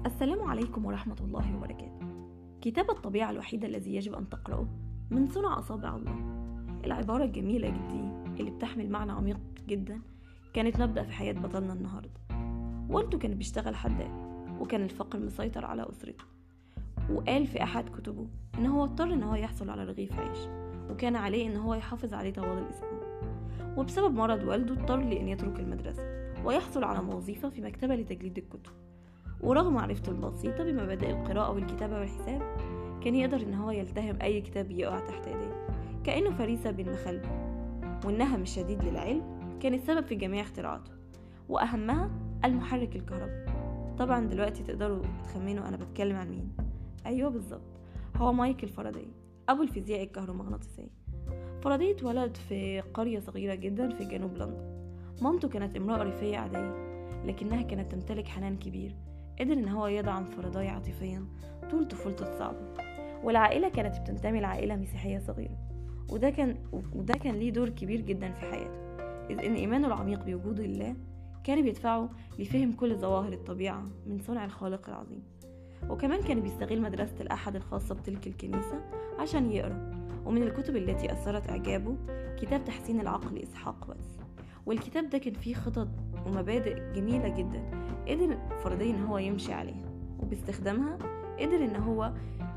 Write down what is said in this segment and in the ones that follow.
السلام عليكم ورحمة الله وبركاته. كتاب الطبيعة الوحيد الذي يجب أن تقرأه من صنع أصابع الله. العبارة الجميلة جدا اللي بتحمل معنى عميق جدا كانت مبدأ في حياة بطلنا النهاردة. والده كان بيشتغل حداد، وكان الفقر مسيطر على أسرته، وقال في أحد كتبه إن هو اضطر إن هو يحصل على رغيف عيش، وكان عليه إن هو يحافظ عليه طوال الأسبوع. وبسبب مرض والده اضطر لأن يترك المدرسة ويحصل على وظيفة في مكتبة لتجليد الكتب. ورغم معرفته البسيطة بمبادئ القراءة والكتابة والحساب، كان يقدر إن هو يلتهم أي كتاب يقع تحت يديه كأنه فريسة بين مخلبه. والنهم الشديد للعلم كان السبب في جميع اختراعاته، وأهمها المحرك الكهربي. طبعا دلوقتي تقدروا تخمنوا أنا بتكلم عن مين. أيوة بالظبط، هو مايكل فاراداي، أبو الفيزياء الكهرومغناطيسية. فاراداي اتولد في قرية صغيرة جدا في جنوب لندن. مامته كانت امرأة ريفية عادية، لكنها كانت تمتلك حنان كبير قدر إن هو يدعم فاراداي عاطفيا طول طفولته الصعبة. والعائلة كانت بتنتمي لعائلة مسيحية صغيرة، وده كان ليه دور كبير جدا في حياته، إذ إن إيمانه العميق بوجود الله كان بيدفعه لفهم كل ظواهر الطبيعة من صنع الخالق العظيم. وكمان كان بيستغل مدرسة الأحد الخاصة بتلك الكنيسة عشان يقرأ. ومن الكتب التي أثرت إعجابه كتاب تحسين العقل إسحاق واتس، والكتاب ده كان فيه خطط ومبادئ جميلة جدا قدر فاراداي إن هو يمشي عليها، وباستخدامها قدر إن هو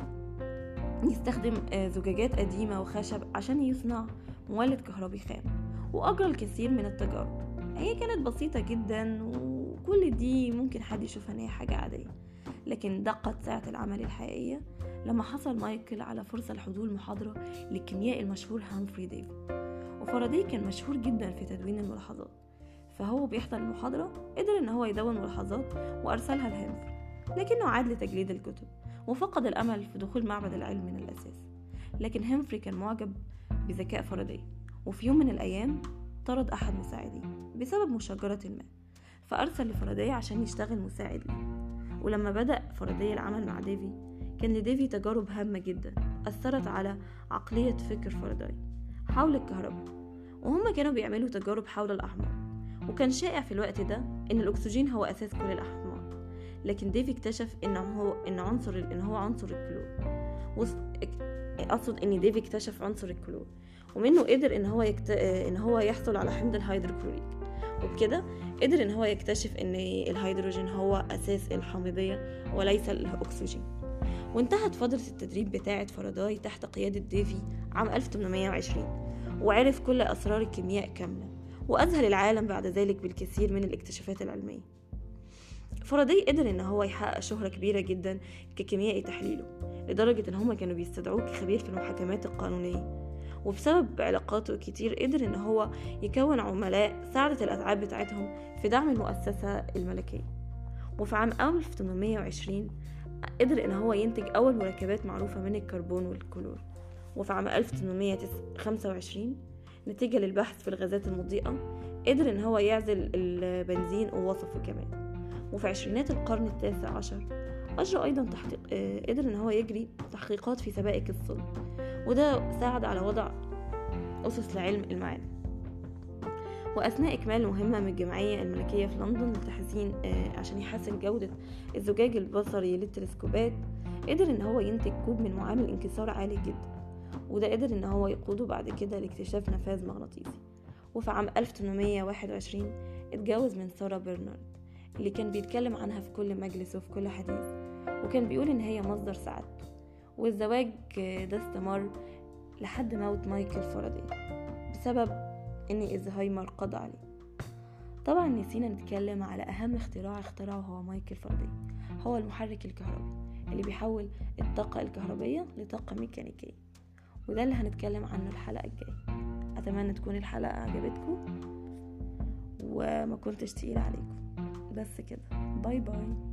يستخدم زجاجات قديمة وخشب عشان يصنع مولد كهربي خام، وأجرى الكثير من التجارب. هي كانت بسيطة جدا، وكل دي ممكن حد يشوفها إن هي حاجة عادية، لكن دقت ساعة العمل الحقيقية لما حصل مايكل على فرصة لحضور محاضرة للكيميائي المشهور هامفري ديفي. وفاراداي كان مشهور جدا في تدوين الملاحظات، فهو بيحضر المحاضرة قدر إن هو يدون ملاحظات وأرسلها لهامفري، لكنه عاد لتجليد الكتب وفقد الأمل في دخول معبد العلم من الأساس. لكن هامفري كان معجب بذكاء فاراداي، وفي يوم من الأيام طرد أحد مساعديه بسبب مشاجرة ما، فأرسل لفاراداي عشان يشتغل مساعد له. ولما بدأ فاراداي العمل مع ديفي، كان لديفي تجارب هامة جدا أثرت على عقلية فكر فاراداي حول الكهرباء. وهم كانوا بيعملوا تجارب حول الأحماض، وكان شائع في الوقت ده إن الأكسجين هو أساس كل الأحماض، لكن ديفي اكتشف إن هو عنصر الكلور. أقصد إن ديفي اكتشف عنصر الكلور، ومنه قدر إن هو يحصل على حمض الهيدروكلوريك، وبكده قدر إن هو يكتشف إن الهيدروجين هو أساس الحامضية وليس الأكسجين. وانتهت فترة التدريب بتاعة فاراداي تحت قيادة ديفي عام 1820، وعرف كل أسرار الكيمياء كاملة، وأذهل العالم بعد ذلك بالكثير من الاكتشافات العلمية. فاراداي قدر إن هو يحقق شهرة كبيرة جدا ككيميائي تحليله، لدرجة إن هما كانوا بيستدعوه كخبير في المحاكمات القانونية. وبسبب علاقاته كتير قدر إن هو يكون عملاء ساعدت الأتعاب بتاعتهم في دعم المؤسسة الملكية. وفي عام 1820 قدر إن هو ينتج أول مركبات معروفة من الكربون والكلور. وفي عام 1825 نتيجة للبحث في الغازات المضيئة قدر إن هو يعزل البنزين ووصفه كمان. وفي عشرينات القرن التاسع عشر أجرى أيضا قدر إن هو يجري تحقيقات في سبائك الصلب، وده ساعد على وضع أسس لعلم المعادن. وأثناء إكمال مهمة من الجمعية الملكية في لندن لتحسين عشان يحسن جودة الزجاج البصري للتلسكوبات، قدر إن هو ينتج كوب من معامل انكسار عالي جدا، وده قدر إن هو يقوده بعد كده لاكتشاف نفاذ مغناطيسي. وفي عام 1821 اتجوز من سارة برنارد اللي كان بيتكلم عنها في كل مجلس وفي كل حديث، وكان بيقول إن هي مصدر سعادته. والزواج ده استمر لحد موت مايكل فاراداي بسبب إن الزهايمر قضى عليه. طبعا نسينا نتكلم على أهم اختراعه هو مايكل فاراداي، هو المحرك الكهربي اللي بيحول الطاقة الكهربية لطاقة ميكانيكية، وده اللي هنتكلم عنه الحلقة الجاية. أتمنى تكون الحلقة عجبتكم وما كنتش تقيلة عليكم. بس كده، باي باي.